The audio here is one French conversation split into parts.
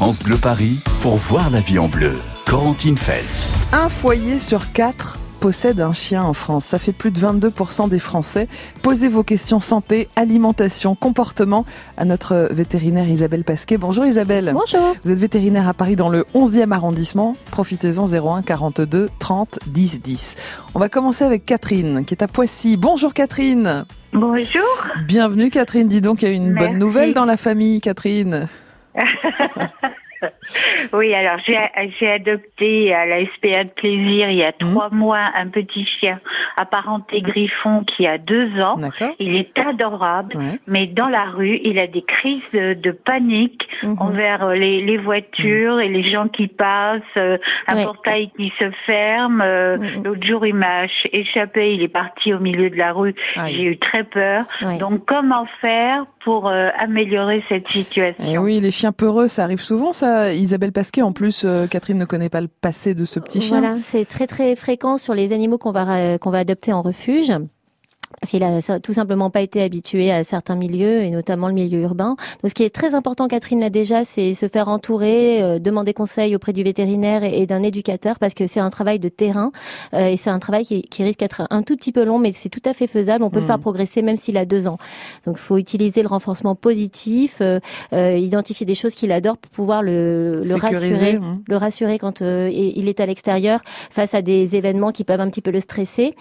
France Bleu Paris pour voir la vie en bleu. Corentine Feltz. Un foyer sur 4 possède un chien en France. Ça fait plus de 22% des Français. Posez vos questions santé, alimentation, comportement à notre vétérinaire Isabelle Pasquet. Bonjour Isabelle. Bonjour. Vous êtes vétérinaire à Paris dans le 11e arrondissement. Profitez-en 01 42 30 10 10. On va commencer avec Catherine qui est à Poissy. Bonjour Catherine. Bonjour. Bienvenue Catherine. Dis donc, il y a une bonne nouvelle dans la famille Catherine. Oui, alors j'ai adopté à la SPA de Plaisir il y a 3 mois un petit chien apparenté griffon qui a 2 ans. D'accord. Il est adorable, mais dans la rue, il a des crises de panique envers les voitures et les gens qui passent, un portail qui se ferme. L'autre jour, il m'a échappé, il est parti au milieu de la rue. J'ai eu très peur. Donc, comment faire pour améliorer cette situation? Et oui, les chiens peureux, ça arrive souvent, ça. Isabelle Pasquet, en plus, Catherine ne connaît pas le passé de ce petit chien. Voilà, c'est très très fréquent sur les animaux qu'on va adopter en refuge. Parce qu'il a tout simplement pas été habitué à certains milieux, et notamment le milieu urbain. Donc, ce qui est très important, Catherine l'a déjà, c'est se faire entourer, demander conseil auprès du vétérinaire et d'un éducateur, parce que c'est un travail de terrain, et c'est un travail qui risque d'être un tout petit peu long, mais c'est tout à fait faisable. On peut le faire progresser même s'il a 2 ans. Donc, il faut utiliser le renforcement positif, identifier des choses qu'il adore pour pouvoir le rassurer quand il est à l'extérieur face à des événements qui peuvent un petit peu le stresser.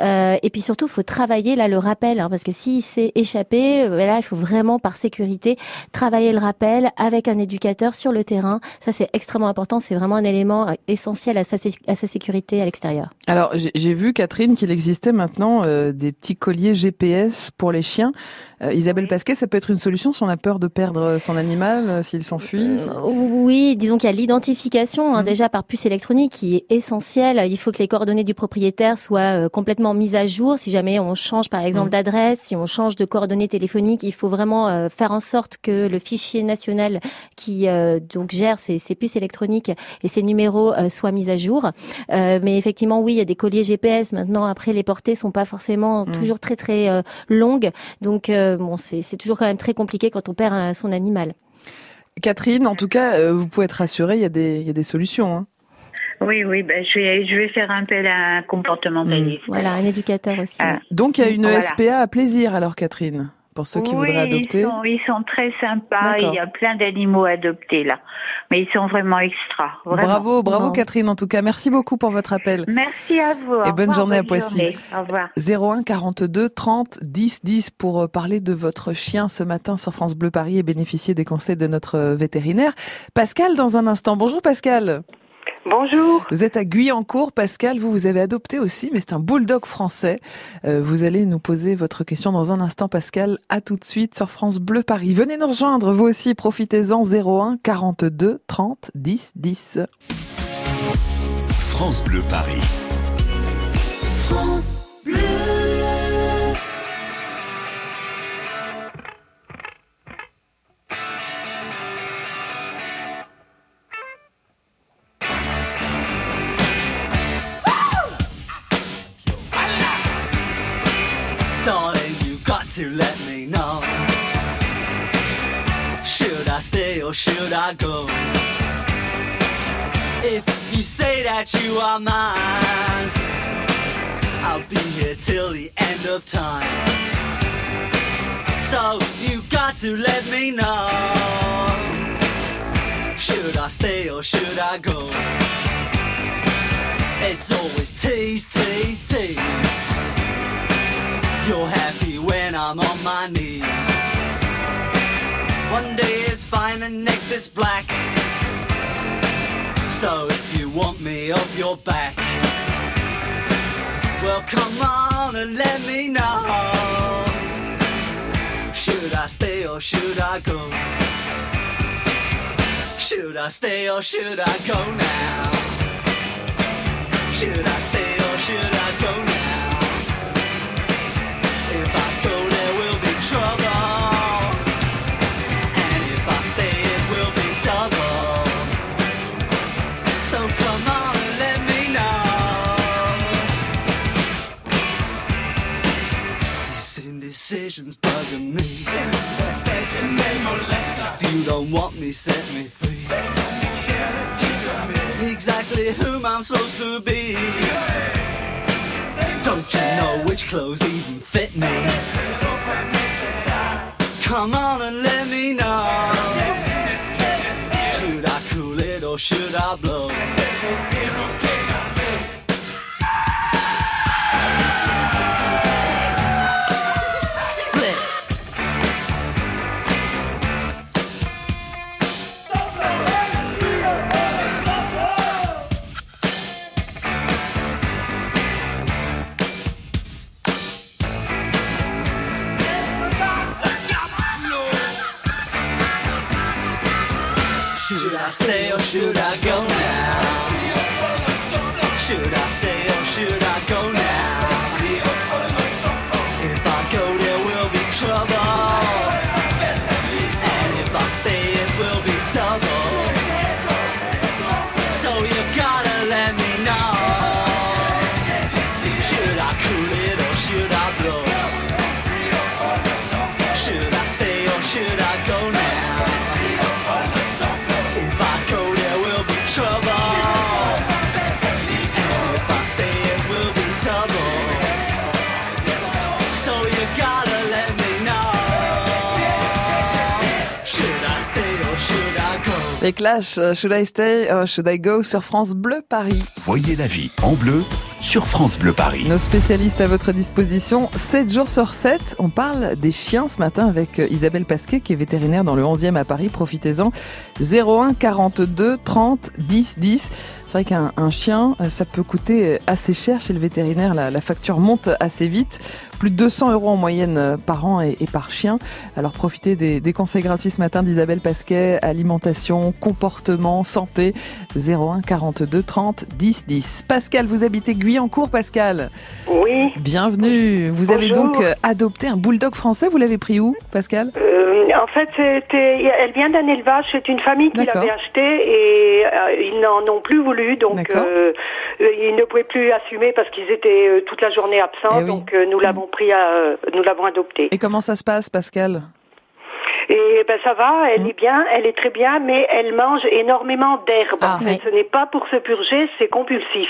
Et puis surtout, il faut travailler le rappel, parce que s'il s'est échappé, là, il faut vraiment, par sécurité, travailler le rappel avec un éducateur sur le terrain. Ça, c'est extrêmement important. C'est vraiment un élément essentiel à sa sécurité à l'extérieur. Alors, j'ai vu, Catherine, qu'il existait maintenant des petits colliers GPS pour les chiens. Isabelle Pasquet, ça peut être une solution si on a peur de perdre son animal, s'il s'enfuit? Oui, disons qu'il y a l'identification, déjà par puce électronique, qui est essentielle. Il faut que les coordonnées du propriétaire soient complètement mises à jour. Si jamais on change, par exemple, d'adresse, si on change de coordonnées téléphoniques, il faut vraiment faire en sorte que le fichier national qui donc gère ces puces électroniques et ces numéros soient mis à jour. Mais effectivement, oui, il y a des colliers GPS. Maintenant, après, les portées sont pas forcément toujours très très longues. Donc, c'est toujours quand même très compliqué quand on perd son animal. Catherine, en tout cas, vous pouvez être rassurée, il y a des solutions. Hein. Oui, je vais faire appel à un comportementaliste. Voilà, un éducateur aussi. Donc, il y a une SPA à Plaisir, alors, Catherine, pour ceux qui voudraient adopter. Ils sont très sympas. D'accord. Il y a plein d'animaux adoptés, là. Mais ils sont vraiment extra. Vraiment. Bravo, Catherine, en tout cas. Merci beaucoup pour votre appel. Merci à vous. Et bonne journée à Poissy. Au revoir. 01 42 30 10 10 pour parler de votre chien ce matin sur France Bleu Paris et bénéficier des conseils de notre vétérinaire. Pascal, dans un instant. Bonjour, Pascal. Bonjour. Vous êtes à Guyancourt, Pascal. Vous avez adopté aussi, mais c'est un bulldog français. Vous allez nous poser votre question dans un instant, Pascal. À tout de suite sur France Bleu Paris. Venez nous rejoindre, vous aussi. Profitez-en. 01 42 30 10 10. France Bleu Paris. France Bleu. To let me know, should I stay or should I go? If you say that you are mine, I'll be here till the end of time. So you got to let me know, should I stay or should I go? It's always tease, tease, tease. You're happy when I'm on my knees. One day it's fine and next it's black. So if you want me off your back, well come on and let me know, should I stay or should I go? Should I stay or should I go now? Should I stay or should I go now? If I go, there will be trouble, and if I stay, it will be double. So come on and let me know. This indecision's bugging me. If you don't want me, set me free. Exactly whom I'm supposed to be. Don't you know which clothes even fit me? Come on and let me know. Should I cool it or should I blow? Should I stay or should I go now? Should I stay or should I go now? If I go there will be trouble, and if I stay it will be double. So you gotta let me know. Should I cool it or should I blow? Should I stay or should I go now? Les Clash, Should I Stay, Should I Go sur France Bleu Paris. Voyez la vie en bleu sur France Bleu Paris. Nos spécialistes à votre disposition, 7 jours sur 7. On parle des chiens ce matin avec Isabelle Pasquet qui est vétérinaire dans le 11e à Paris. Profitez-en. 01 42 30 10 10. C'est vrai qu'un chien, ça peut coûter assez cher chez le vétérinaire. La facture monte assez vite. Plus de 200 € en moyenne par an et par chien. Alors profitez des conseils gratuits ce matin d'Isabelle Pasquet. Alimentation, comportement, santé. 01 42 30 10 10. Pascal, vous habitez Guyancourt, Pascal. Oui. Bienvenue. Vous avez donc adopté un bulldog français. Vous l'avez pris où, Pascal? En fait, elle vient d'un élevage. C'est une famille qui l'avait acheté et ils n'en ont plus voulu. Donc, ils ne pouvaient plus assumer parce qu'ils étaient toute la journée absents. Donc, nous l'avons pris, nous l'avons adopté. Et comment ça se passe, Pascal? Et ben ça va, elle est bien, elle est très bien, mais elle mange énormément d'herbe. En fait, ce n'est pas pour se purger, c'est compulsif.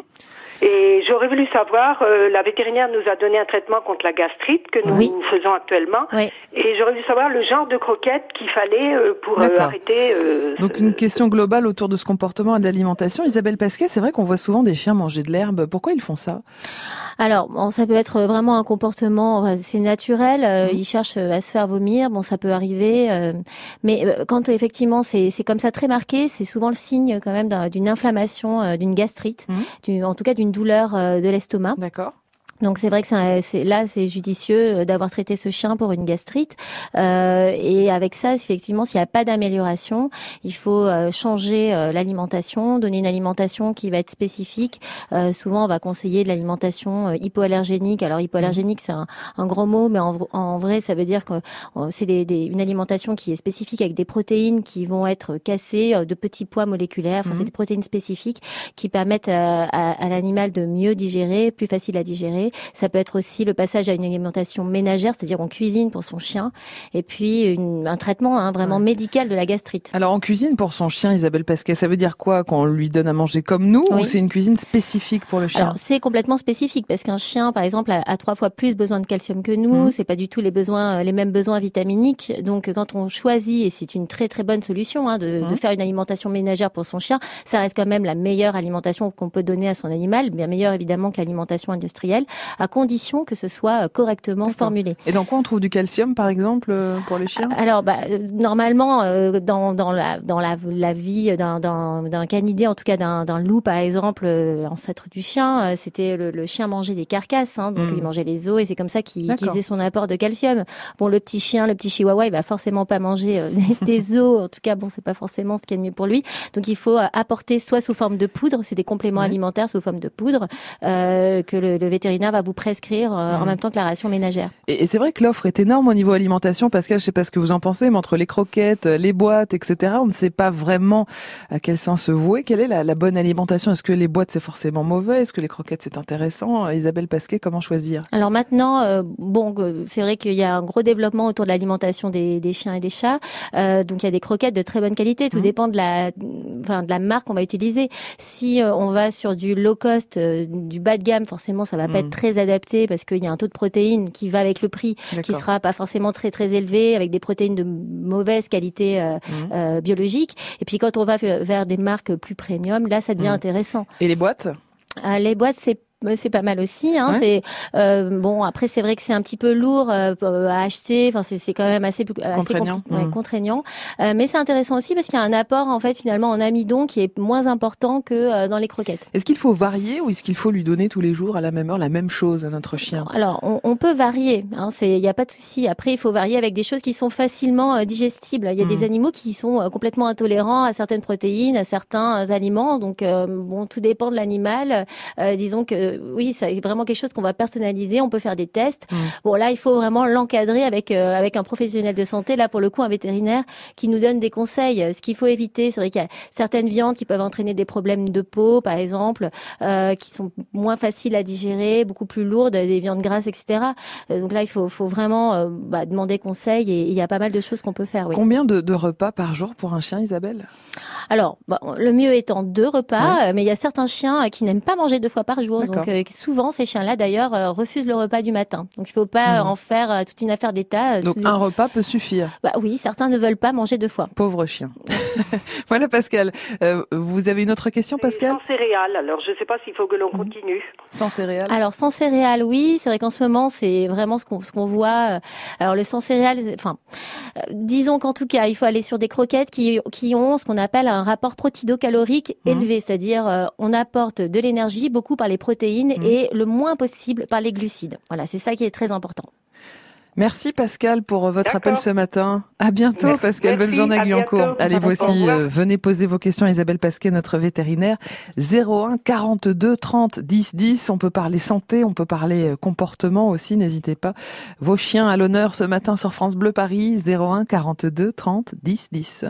Et j'aurais voulu savoir, la vétérinaire nous a donné un traitement contre la gastrite que nous faisons actuellement. Et j'aurais voulu savoir le genre de croquettes qu'il fallait pour arrêter. Donc une question globale autour de ce comportement et de l'alimentation. Isabelle Pasquet, c'est vrai qu'on voit souvent des chiens manger de l'herbe. Pourquoi ils font ça? Alors, bon, ça peut être vraiment un comportement, c'est naturel. Ils cherchent à se faire vomir. Bon, ça peut arriver. Mais quand effectivement c'est comme ça très marqué, c'est souvent le signe quand même d'une inflammation, d'une gastrite, en tout cas d'une douleur de l'estomac. D'accord. Donc c'est vrai que c'est judicieux d'avoir traité ce chien pour une gastrite. Et avec ça, effectivement, s'il n'y a pas d'amélioration, il faut changer l'alimentation, donner une alimentation qui va être spécifique. Souvent, on va conseiller de l'alimentation hypoallergénique. Alors hypoallergénique, c'est un gros mot, mais en vrai, ça veut dire que c'est une alimentation qui est spécifique avec des protéines qui vont être cassées, de petits poids moléculaires. Enfin, c'est des protéines spécifiques qui permettent à l'animal de mieux digérer, plus facile à digérer. Ça peut être aussi le passage à une alimentation ménagère, c'est-à-dire on cuisine pour son chien, et puis un traitement vraiment médical de la gastrite. Alors on cuisine pour son chien, Isabelle Pasquet, ça veut dire quoi qu'on lui donne à manger comme nous, ou c'est une cuisine spécifique pour le chien? Alors c'est complètement spécifique parce qu'un chien, par exemple, a 3 fois plus besoin de calcium que nous. C'est pas du tout les mêmes besoins vitaminiques. Donc quand on choisit, et c'est une très très bonne solution de faire une alimentation ménagère pour son chien, ça reste quand même la meilleure alimentation qu'on peut donner à son animal, bien meilleure évidemment que l'alimentation industrielle, à condition que ce soit correctement formulé. Et dans quoi on trouve du calcium, par exemple, pour les chiens? Alors, normalement, dans la vie d'un canidé, en tout cas d'un loup, par exemple, l'ancêtre du chien, c'était le chien mangeait des carcasses, donc il mangeait les os, et c'est comme ça qu'il faisait son apport de calcium. Bon, le petit chien, le petit chihuahua, il va forcément pas manger des os. En tout cas, bon, c'est pas forcément ce qu'il y a de mieux pour lui. Donc, il faut apporter soit sous forme de poudre, c'est des compléments alimentaires sous forme de poudre que le vétérinaire vétérinaire va vous prescrire en même temps que la ration ménagère. Et c'est vrai que l'offre est énorme au niveau alimentation. Pascal, je sais pas ce que vous en pensez, mais entre les croquettes, les boîtes, etc., on ne sait pas vraiment à quel sein se vouer. Quelle est la bonne alimentation? Est-ce que les boîtes, c'est forcément mauvais? Est-ce que les croquettes, c'est intéressant? Isabelle Pasquet, comment choisir? Alors maintenant, c'est vrai qu'il y a un gros développement autour de l'alimentation des chiens et des chats. Donc il y a des croquettes de très bonne qualité. Tout dépend de la marque qu'on va utiliser. Si on va sur du low cost, du bas de gamme, forcément ça va pas être très adapté parce qu'il y a un taux de protéines qui va avec le prix, qui sera pas forcément très très élevé, avec des protéines de mauvaise qualité biologique. Et puis quand on va vers des marques plus premium, là ça devient intéressant. Et les boîtes? Les boîtes, c'est pas mal aussi, hein. Ouais. Après c'est vrai que c'est un petit peu lourd à acheter. Enfin c'est quand même assez contraignant. Contraignant. Mais c'est intéressant aussi parce qu'il y a un apport en fait finalement en amidon qui est moins important que dans les croquettes. Est-ce qu'il faut varier ou est-ce qu'il faut lui donner tous les jours à la même heure la même chose à notre chien? Alors on peut varier, hein. Il y a pas de souci. Après il faut varier avec des choses qui sont facilement digestibles. Il y a des animaux qui sont complètement intolérants à certaines protéines, à certains aliments. Donc tout dépend de l'animal. Disons que oui, c'est vraiment quelque chose qu'on va personnaliser. On peut faire des tests. Bon, là, il faut vraiment l'encadrer avec un professionnel de santé. Là, pour le coup, un vétérinaire qui nous donne des conseils. Ce qu'il faut éviter, c'est vrai qu'il y a certaines viandes qui peuvent entraîner des problèmes de peau, par exemple, qui sont moins faciles à digérer, beaucoup plus lourdes, des viandes grasses, etc. Donc là, il faut vraiment demander conseil et il y a pas mal de choses qu'on peut faire. Oui. Combien de repas par jour pour un chien, Isabelle? Alors, le mieux étant 2 repas, mais il y a certains chiens qui n'aiment pas manger 2 fois par jour. D'accord. Donc souvent, ces chiens-là, d'ailleurs, refusent le repas du matin. Donc il faut pas en faire toute une affaire d'État. Donc un repas peut suffire? Oui, certains ne veulent pas manger 2 fois. Pauvre chien. Voilà Pascal. Vous avez une autre question, Pascal? Sans céréales, alors je ne sais pas s'il faut que l'on continue. Sans céréales? Alors sans céréales, oui. C'est vrai qu'en ce moment, c'est vraiment ce qu'on voit. Alors le sans céréales, disons qu'en tout cas, il faut aller sur des croquettes qui ont ce qu'on appelle un rapport protido-calorique élevé, c'est-à-dire on apporte de l'énergie beaucoup par les protéines et le moins possible par les glucides. Voilà, c'est ça qui est très important. Merci Pascal pour votre appel ce matin. À bientôt Pascal, bonne journée à Guyancourt. Allez, vous aussi, venez poser vos questions à Isabelle Pasquet, notre vétérinaire. 01 42 30 10 10. On peut parler santé, on peut parler comportement aussi, n'hésitez pas. Vos chiens à l'honneur ce matin sur France Bleu Paris. 01 42 30 10 10.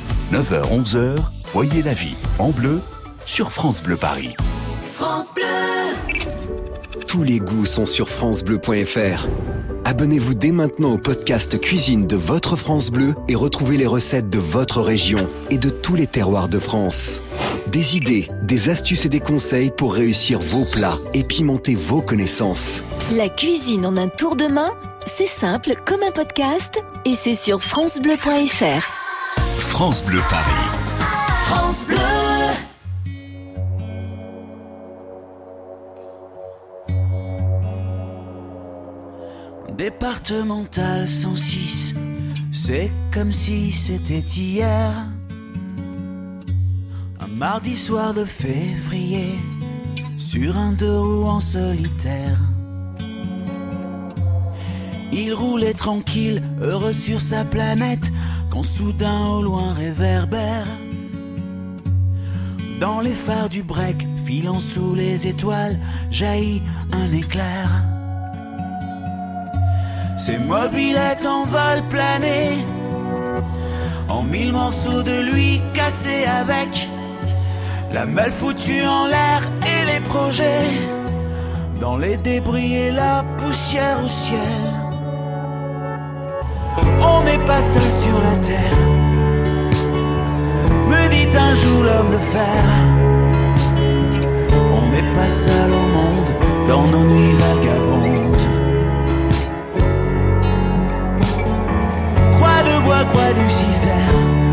9h, 11h, voyez la vie en bleu sur France Bleu Paris. France Bleu. Tous les goûts sont sur francebleu.fr. Abonnez-vous dès maintenant au podcast Cuisine de votre France Bleu et retrouvez les recettes de votre région et de tous les terroirs de France. Des idées, des astuces et des conseils pour réussir vos plats et pimenter vos connaissances. La cuisine en un tour de main, c'est simple comme un podcast et c'est sur francebleu.fr. France Bleu Paris. France Bleu. Départemental 106, c'est comme si c'était hier. Un mardi soir de février, sur un 2 roues en solitaire. Il roulait tranquille, heureux sur sa planète, quand soudain au loin réverbère. Dans les phares du break, filant sous les étoiles, jaillit un éclair. Ses mobylettes en vol plané, en 1000 morceaux de lui cassés avec la malle foutue en l'air et les projets dans les débris et la poussière au ciel. On n'est pas seul sur la terre, me dit un jour l'homme de fer. On n'est pas seul au monde dans nos nuits vagabondes. Quoi Lucifer,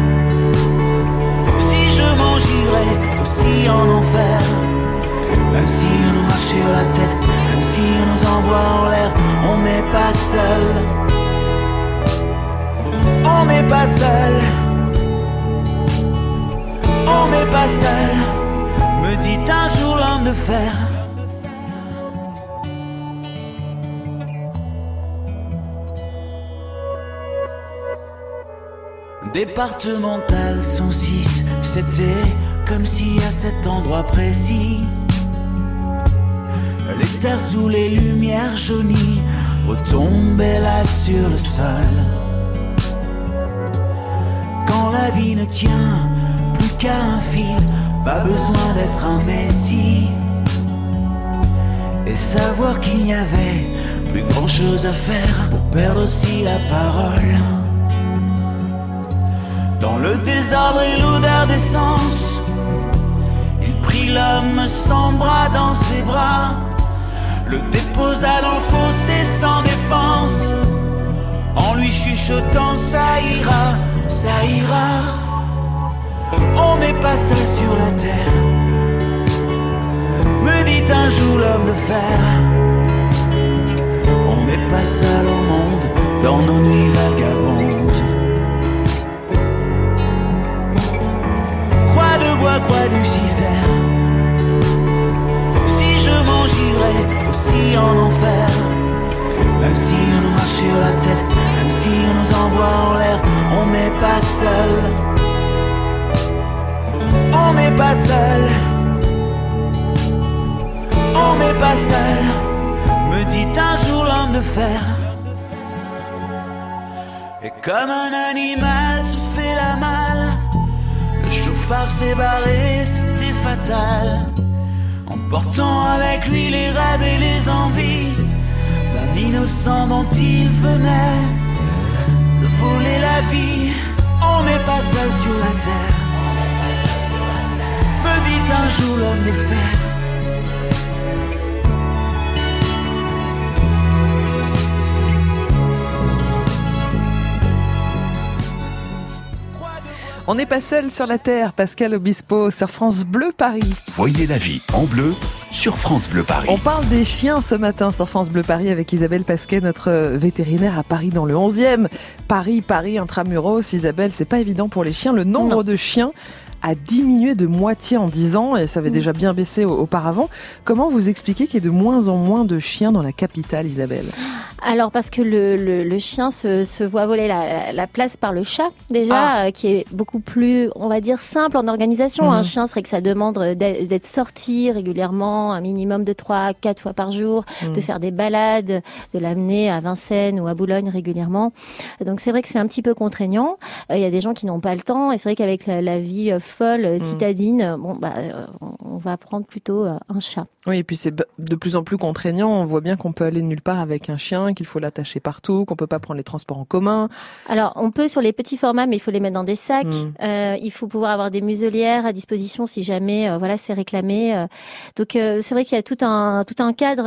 si je m'engirais aussi en enfer, même si on nous marche sur la tête, même si on nous envoie en l'air, on n'est pas seul, on n'est pas seul, on n'est pas seul, me dit un jour l'homme de fer. Départemental 106, c'était comme si à cet endroit précis, Les terres sous les lumières jaunies retombaient là sur le sol. Quand la vie ne tient plus qu'à un fil, pas besoin d'être un messie, et savoir qu'il n'y avait plus grand chose à faire pour perdre aussi la parole. Dans le désordre et l'odeur d'essence, il prit l'homme sans bras dans ses bras, le déposa dans le fossé sans défense, en lui chuchotant ça ira, ça ira. On n'est pas seul sur la terre, me dit un jour l'homme de fer. On n'est pas seul au monde, dans nos nuits vagabondes. Croix de bois, croix Lucifer, si je m'engirais aussi en enfer, même si on nous marche sur la tête, même si on nous envoie en l'air, on n'est pas seul. On n'est pas seul, on n'est pas seul, me dit un jour l'homme de fer. Et comme un animal se fait la malle, le chauffard s'est barré, c'était fatal, emportant avec lui les rêves et les envies d'un innocent dont il venait de voler la vie. On n'est pas seul sur la terre, me dit un jour l'homme de fer. On n'est pas seul sur la terre, Pascal Obispo sur France Bleu Paris. Voyez la vie en bleu sur France Bleu Paris. On parle des chiens ce matin sur France Bleu Paris avec Isabelle Pasquet, notre vétérinaire à Paris dans le 11e. Paris, intramuros. Isabelle, c'est pas évident pour les chiens. Le nombre de chiens a diminué de moitié en 10 ans et ça avait déjà bien baissé auparavant. Comment vous expliquez qu'il y ait de moins en moins de chiens dans la capitale, Isabelle ? Alors parce que le chien se voit voler la place par le chat déjà, qui est beaucoup plus, on va dire, simple en organisation. Un chien, c'est vrai que ça demande d'être sorti régulièrement, un minimum de 3-4 fois par jour, de faire des balades, de l'amener à Vincennes ou à Boulogne régulièrement. Donc c'est vrai que c'est un petit peu contraignant. Il y a des gens qui n'ont pas le temps et c'est vrai qu'avec la vie folle, citadine, on va prendre plutôt un chat. Oui, et puis c'est de plus en plus contraignant. On voit bien qu'on peut aller nulle part avec un chien, qu'il faut l'attacher partout, qu'on peut pas prendre les transports en commun. Alors, on peut sur les petits formats, mais il faut les mettre dans des sacs. Il faut pouvoir avoir des muselières à disposition si jamais, c'est réclamé. Donc, c'est vrai qu'il y a tout un cadre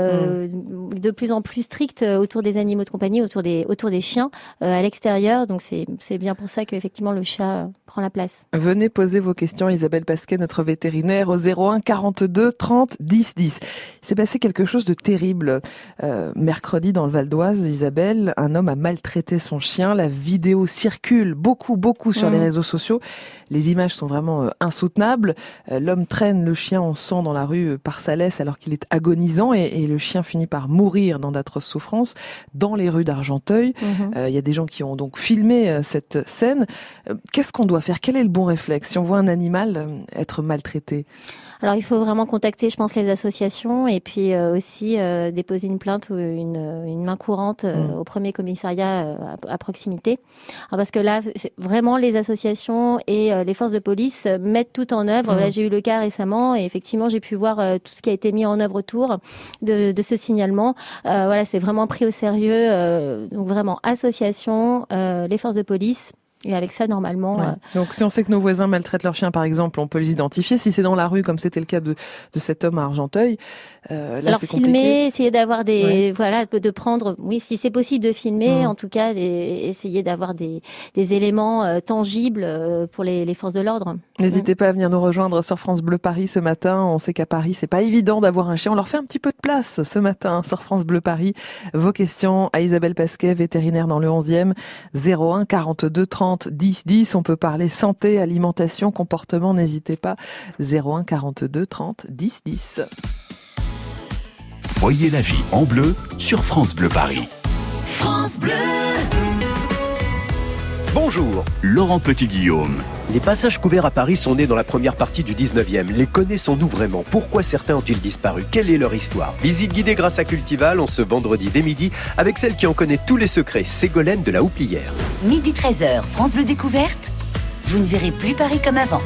de plus en plus strict autour des animaux de compagnie, autour des chiens à l'extérieur. Donc, c'est bien pour ça qu'effectivement le chat prend la place. Venez poser vos questions, Isabelle Pasquet, notre vétérinaire, au 01 42 30 10 10. Il s'est passé quelque chose de terrible mercredi dans le Val d'Oise, Isabelle. Un homme a maltraité son chien. La vidéo circule beaucoup sur les réseaux sociaux. Les images sont vraiment insoutenables. L'homme traîne le chien en sang dans la rue par sa laisse alors qu'il est agonisant et le chien finit par mourir dans d'atroces souffrances dans les rues d'Argenteuil. Il y a des gens qui ont donc filmé cette scène. Qu'est-ce qu'on doit faire ? Quel est le bon réflexe si on voit un animal être maltraité ? Alors il faut vraiment contacter, je pense, les associations et puis aussi déposer une plainte ou une main courante au premier commissariat à proximité. Alors, parce que là, c'est vraiment les associations et les forces de police mettent tout en œuvre. Là, j'ai eu le cas récemment et effectivement, j'ai pu voir tout ce qui a été mis en œuvre autour de ce signalement. C'est vraiment pris au sérieux. Donc vraiment, association, les forces de police. Et avec ça, normalement... Donc, si on sait que nos voisins maltraitent leurs chiens, par exemple, on peut les identifier. Si c'est dans la rue, comme c'était le cas de cet homme à Argenteuil, là, alors, c'est filmer, compliqué. essayer d'avoir de prendre... Oui, si c'est possible de filmer, en tout cas, essayer d'avoir des éléments tangibles pour les forces de l'ordre. N'hésitez pas à venir nous rejoindre sur France Bleu Paris ce matin. On sait qu'à Paris, c'est pas évident d'avoir un chien. On leur fait un petit peu de place ce matin sur France Bleu Paris. Vos questions à Isabelle Pasquet, vétérinaire dans le 11e, 01 42 30 10 10. On peut parler santé, alimentation, comportement. N'hésitez pas. 01 42 30 10 10. Voyez la vie en bleu sur France Bleu Paris. France Bleu. Bonjour. Laurent Petit-Guillaume. Les passages couverts à Paris sont nés dans la première partie du 19e. Les connaissons-nous vraiment? Pourquoi certains ont-ils disparu? Quelle est leur histoire? Visite guidée grâce à Cultival en ce vendredi dès midi avec celle qui en connaît tous les secrets, Ségolène de la Houplière. Midi 13h, France Bleu Découverte. Vous ne verrez plus Paris comme avant.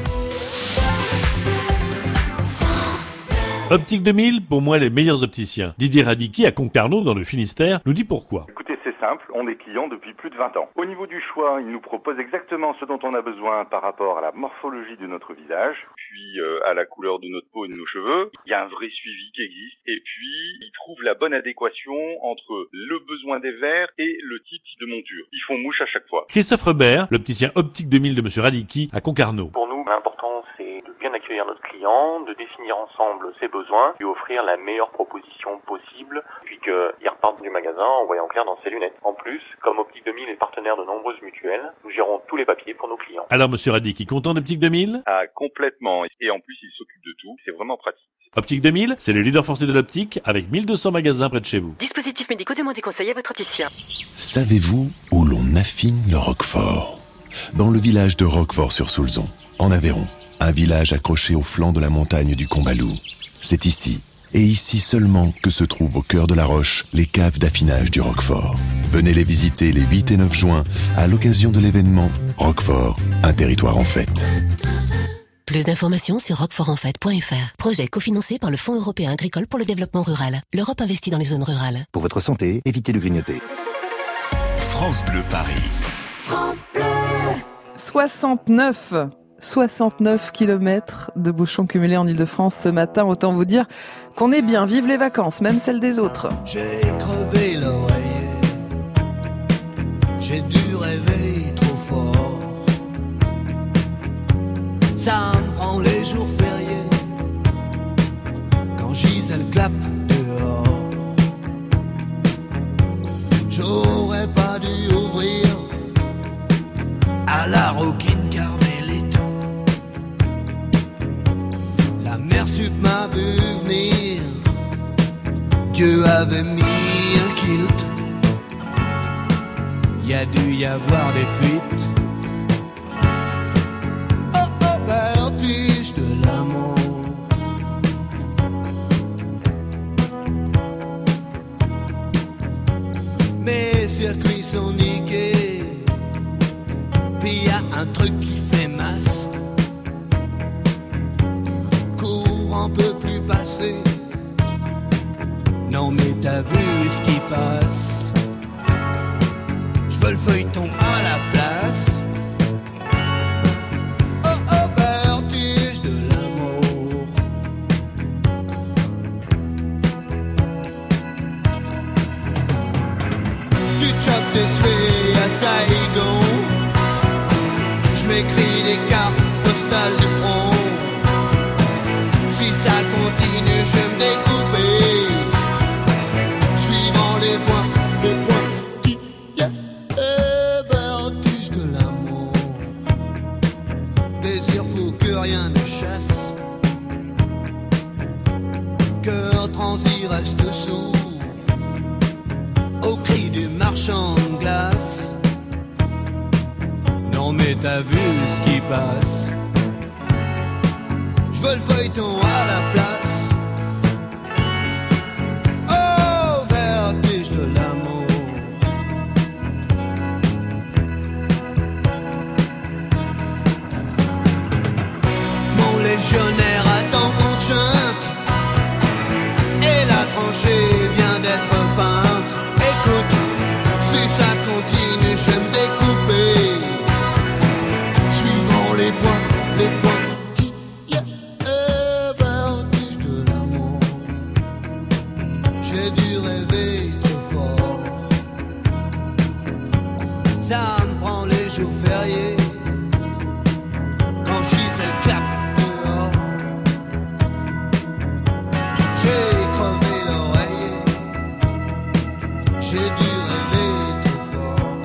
Optique 2000, pour moi les meilleurs opticiens. Didier Radicki à Concarneau dans le Finistère nous dit pourquoi. Écoutez, c'est simple, on est clients depuis plus de 20 ans. Au niveau du choix, il nous propose exactement ce dont on a besoin par rapport à la morphologie de notre visage, puis à la couleur de notre peau et de nos cheveux. Il y a un vrai suivi qui existe, et puis il trouve la bonne adéquation entre le besoin des verres et le type de monture. Ils font mouche à chaque fois. Christophe Rebert, l'opticien Optique 2000 de Monsieur Radicki à Concarneau. Pour nous, l'important c'est de bien accueillir notre client, de définir ensemble ses besoins, lui offrir la meilleure proposition possible, puis qu'il reparte du magasin en voyant clair dans ses lunettes. En plus, comme Optique 2000 est partenaire de nombreuses mutuelles, nous gérons tous les papiers pour nos clients. Alors Monsieur Radicki, content d'Optique 2000 ? Ah, complètement. Et en plus, il s'occupe de tout. C'est vraiment pratique. Optique 2000, c'est le leader français de l'optique avec 1200 magasins près de chez vous. Dispositifs médicaux, demandez conseil à votre opticien. Savez-vous où l'on affine le roquefort ? Dans le village de Roquefort-sur-Soulzon, en Aveyron, un village accroché au flanc de la montagne du Combalou. C'est ici, et ici seulement, que se trouvent au cœur de la roche les caves d'affinage du Roquefort. Venez les visiter les 8 et 9 juin à l'occasion de l'événement Roquefort, un territoire en fête. Plus d'informations sur roquefortenfête.fr. Projet cofinancé par le Fonds européen agricole pour le développement rural. L'Europe investit dans les zones rurales. Pour votre santé, évitez de grignoter. France Bleu Paris. France Bleu. 69 kilomètres de bouchons cumulés en Ile-de-France ce matin. Autant vous dire qu'on est bien. Vive les vacances, même celles des autres. J'ai crevé l'oreiller. J'ai dû rêver trop fort. Ça me prend les jours fériés quand Gisèle clappe dehors. J'aurais pas dû ouvrir à la rouquine carmélite. La mère sup m'a vu venir. Dieu avait mis un kilt. Y a dû y avoir des fuites. Vertige de l'amour. Mes circuits sont niqués. Puis y a un truc qui fait masse. Courant peut plus passer. Non mais t'as vu ce qui passe. Je veux le feuilleton à la place. À Saigon, je m'écris des cartes postales du front. Si ça continue, je vais me découper, suivant les points qui vertige de l'amour. Désir fou que rien ne chasse. Cœur transi reste sourd au cri du marchand de glace. Non mais t'as vu ce qui passe. Je veux le feuilleton à la place. Oh, vertige de l'amour. Mon légionnaire attend qu'on chante. Et la tranchée vient d'être peinte. Écoute, si ça continue, je vais me découper, suivant les points qui vertige de l'amour. J'ai dû rêver trop fort. Ça me prend les jours fériés quand Gisèle clappe dehors. J'ai crevé l'oreiller. J'ai dû rêver trop fort.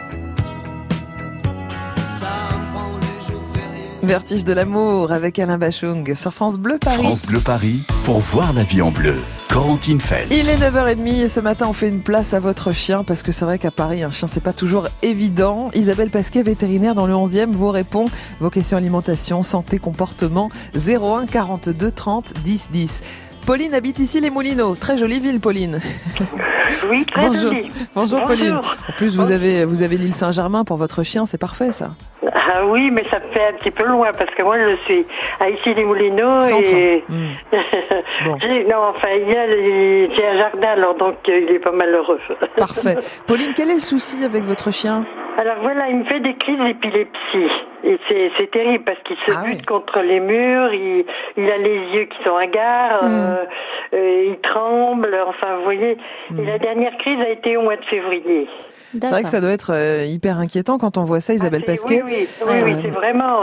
Ça me prend les jours fériés. Vertige de l'amour avec Alain Bachung sur France Bleu Paris. France Bleu Paris, pour voir la vie en bleu. Corentine Feltz. Il est 9h30 et ce matin on fait une place à votre chien parce que c'est vrai qu'à Paris un chien c'est pas toujours évident. Isabelle Pasquet, vétérinaire dans le 11e, vous répond vos questions alimentation, santé, comportement 01 42 30 10 10. Pauline habite ici les Moulineaux, très jolie ville Pauline. Oui, très jolie. Bonjour Pauline. En plus vous avez l'île Saint-Germain pour votre chien, c'est parfait ça. Ah oui, mais ça me fait un petit peu loin parce que moi je suis à Issy-les-Moulineaux et Bon. Non, enfin j'ai un jardin alors donc il est pas malheureux. Parfait. Pauline, quel est le souci avec votre chien? Alors voilà, il me fait des crises d'épilepsie et c'est terrible parce qu'il se bute contre les murs, il a les yeux qui sont hagards, il tremble, enfin vous voyez. Et la dernière crise a été au mois de février. C'est vrai que ça doit être hyper inquiétant quand on voit ça, Isabelle Pasquet. Oui, c'est vraiment...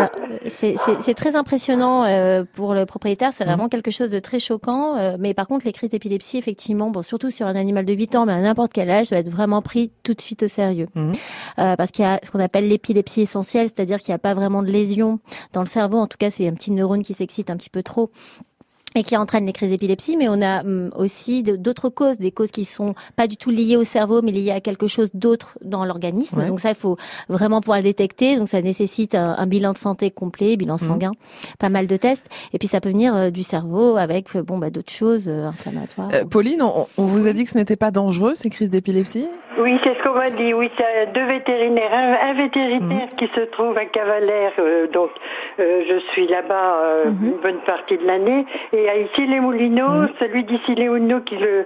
C'est très impressionnant pour le propriétaire, c'est vraiment quelque chose de très choquant. Mais par contre, les crises d'épilepsie, effectivement, bon, surtout sur un animal de 8 ans, mais à n'importe quel âge, ça va être vraiment pris tout de suite au sérieux. Parce qu'il y a ce qu'on appelle l'épilepsie essentielle, c'est-à-dire qu'il n'y a pas vraiment de lésion dans le cerveau. En tout cas, c'est un petit neurone qui s'excite un petit peu trop et qui entraîne les crises d'épilepsie, mais on a aussi d'autres causes, des causes qui sont pas du tout liées au cerveau, mais liées à quelque chose d'autre dans l'organisme. Donc ça, il faut vraiment pouvoir le détecter. Donc ça nécessite un bilan de santé complet, bilan sanguin, pas mal de tests. Et puis ça peut venir du cerveau avec d'autres choses inflammatoires. Pauline, on vous a dit que ce n'était pas dangereux ces crises d'épilepsie? Oui, c'est ce qu'on m'a dit. Oui, c'est deux vétérinaires. Un vétérinaire qui se trouve à Cavalère, donc je suis là-bas une bonne partie de l'année. Et à Issy-les-Moulineaux, celui d'Issy-les-Moulineaux qui me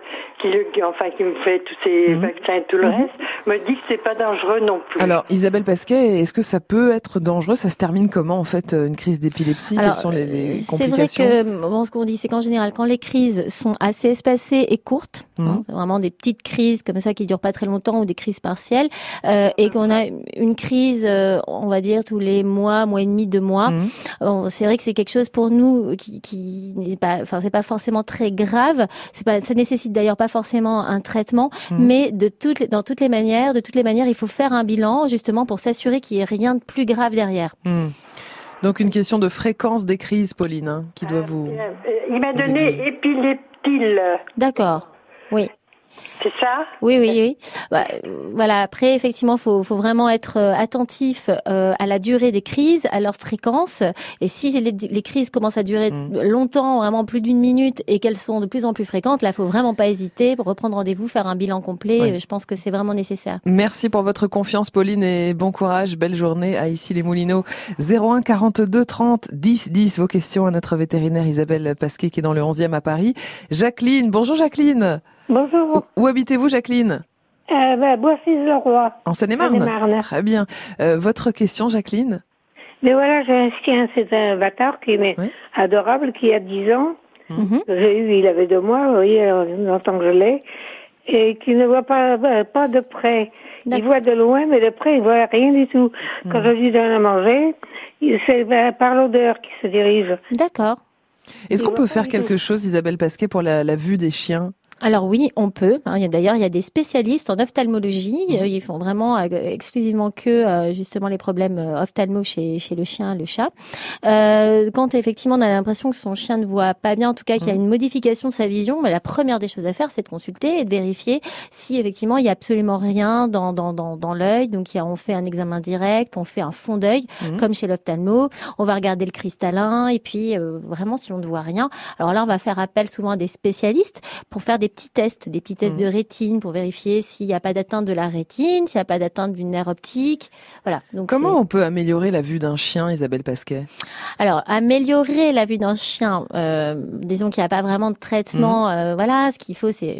fait tous ces vaccins et tout le reste, me dit que c'est pas dangereux non plus. Alors, Isabelle Pasquet, est-ce que ça peut être dangereux? Ça se termine comment, en fait, une crise d'épilepsie? Quelles sont les complications? C'est vrai que, ce qu'on dit, c'est qu'en général, quand les crises sont assez espacées et courtes, c'est vraiment des petites crises comme ça qui durent pas très longtemps ou des crises partielles, et qu'on a une crise, on va dire, tous les mois et demi, 2 mois, c'est vrai que c'est quelque chose pour nous qui n'est pas, enfin, c'est pas forcément très grave. Ça nécessite d'ailleurs pas forcément un traitement, mais de toutes les manières, il faut faire un bilan justement pour s'assurer qu'il n'y ait rien de plus grave derrière. Donc une question de fréquence des crises, Pauline, qui doit vous... Il m'a donné épileptile. D'accord, oui. C'est ça? Oui. Voilà. Après, effectivement, faut vraiment être attentif à la durée des crises, à leur fréquence. Et si les crises commencent à durer longtemps, vraiment plus d'1 minute, et qu'elles sont de plus en plus fréquentes, là, faut vraiment pas hésiter pour reprendre rendez-vous, faire un bilan complet. Je pense que c'est vraiment nécessaire. Merci pour votre confiance, Pauline, et bon courage. Belle journée à Issy-les-Moulineaux. 01 42 30 10 10. Vos questions à notre vétérinaire Isabelle Pasquet, qui est dans le 11e à Paris. Jacqueline. Bonjour, Jacqueline. Bonjour. Où habitez-vous, Jacqueline? Boissy-le-Roi. En Seine-et-Marne. Très bien. Votre question, Jacqueline? Mais voilà, j'ai un chien, c'est un bâtard qui est adorable, qui a 10 ans. J'ai eu, il avait 2 mois, vous voyez, longtemps que je l'ai, et qui ne voit pas de près. Il voit de loin, mais de près, il voit rien du tout. Quand je lui donne à manger, c'est par l'odeur qu'il se dirige. D'accord. Est-ce qu'on peut faire quelque chose, Isabelle Pasquet, pour la vue des chiens? Alors oui, on peut. D'ailleurs, il y a des spécialistes en ophtalmologie. Ils font vraiment exclusivement justement les problèmes ophtalmo chez le chien, le chat. Quand effectivement on a l'impression que son chien ne voit pas bien, en tout cas qu'il y a une modification de sa vision, la première des choses à faire, c'est de consulter et de vérifier si effectivement il y a absolument rien dans l'œil. Donc on fait un examen direct, on fait un fond d'œil, comme chez l'ophtalmo. On va regarder le cristallin et puis vraiment si on ne voit rien, alors là on va faire appel souvent à des spécialistes pour faire des petits tests de rétine pour vérifier s'il n'y a pas d'atteinte de la rétine, s'il n'y a pas d'atteinte du nerf optique. Voilà. Donc comment on peut améliorer la vue d'un chien, Isabelle Pasquet? Alors, améliorer la vue d'un chien, disons qu'il n'y a pas vraiment de traitement. Ce qu'il faut, c'est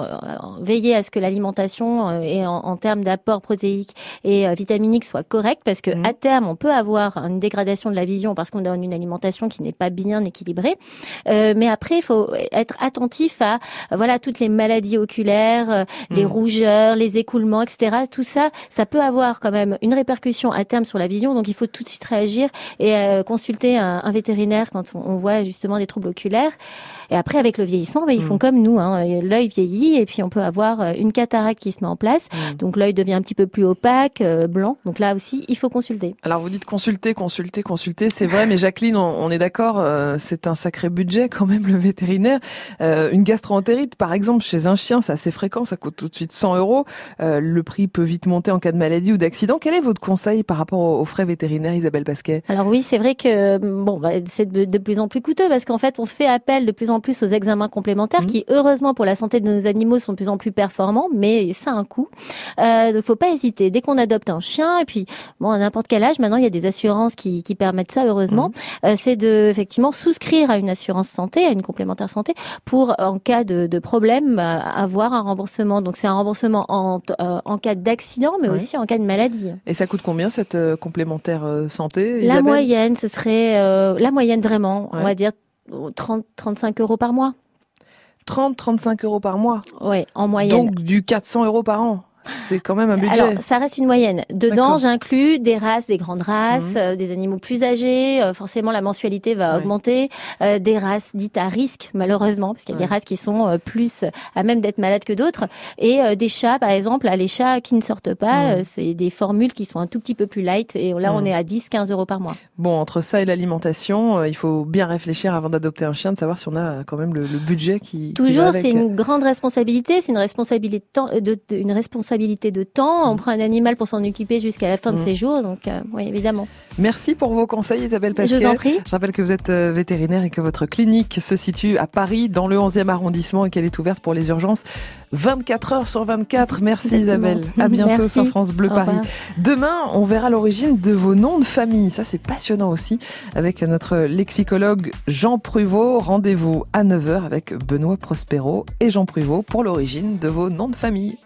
veiller à ce que l'alimentation et en termes d'apport protéique et vitaminique soit correcte, parce que à terme, on peut avoir une dégradation de la vision parce qu'on donne une alimentation qui n'est pas bien équilibrée. Mais après, il faut être attentif à ça, toutes les maladies oculaires, les rougeurs, les écoulements, etc. Tout ça, ça peut avoir quand même une répercussion à terme sur la vision. Donc il faut tout de suite réagir et consulter un vétérinaire quand on voit justement des troubles oculaires. Et après, avec le vieillissement, ils font comme nous. L'œil vieillit et puis on peut avoir une cataracte qui se met en place. Donc l'œil devient un petit peu plus opaque, blanc. Donc là aussi, il faut consulter. Alors vous dites consulter. C'est vrai, mais Jacqueline, on est d'accord, c'est un sacré budget quand même, le vétérinaire. Une gastro-entérite, par exemple, chez un chien, c'est assez fréquent, ça coûte tout de suite 100 €. Le prix peut vite monter en cas de maladie ou d'accident. Quel est votre conseil par rapport aux frais vétérinaires, Isabelle Pasquet? Alors oui, c'est vrai que c'est de plus en plus coûteux parce qu'en fait, on fait appel de plus en plus aux examens complémentaires qui, heureusement pour la santé de nos animaux, sont de plus en plus performants, mais ça a un coût. Donc faut pas hésiter. Dès qu'on adopte un chien, et puis à n'importe quel âge, maintenant il y a des assurances qui permettent ça, heureusement, c'est de effectivement souscrire à une assurance santé, à une complémentaire santé, pour en cas de problème avoir un remboursement. Donc c'est un remboursement en cas d'accident, mais aussi en cas de maladie. Et ça coûte combien cette complémentaire santé, Isabelle? La moyenne, ce serait la moyenne vraiment, on va dire 30-35 € par mois. 30-35 € par mois? Oui, en moyenne. Donc du 400 € par an. C'est quand même un budget. Alors, ça reste une moyenne. Dedans, j'inclus des races, des grandes races, des animaux plus âgés. Forcément, la mensualité va augmenter. Des races dites à risque, malheureusement, parce qu'il y a des races qui sont plus à même d'être malades que d'autres. Et des chats, par exemple, les chats qui ne sortent pas, c'est des formules qui sont un tout petit peu plus light. Et là, on est à 10-15 € par mois. Bon, entre ça et l'alimentation, il faut bien réfléchir avant d'adopter un chien, de savoir si on a quand même le budget qui Toujours, va avec. C'est une grande responsabilité. C'est une responsabilité de temps. On prend un animal pour s'en occuper jusqu'à la fin de ses jours. Donc, oui, évidemment. Merci pour vos conseils, Isabelle Pasquet. Je vous en prie. Je rappelle que vous êtes vétérinaire et que votre clinique se situe à Paris, dans le 11e arrondissement, et qu'elle est ouverte pour les urgences 24 heures sur 24. Merci Isabelle. À bientôt sur France Bleu Paris. Demain, on verra l'origine de vos noms de famille. Ça, c'est passionnant aussi, avec notre lexicologue Jean Pruvot. Rendez-vous à 9h avec Benoît Prospero et Jean Pruvot pour l'origine de vos noms de famille.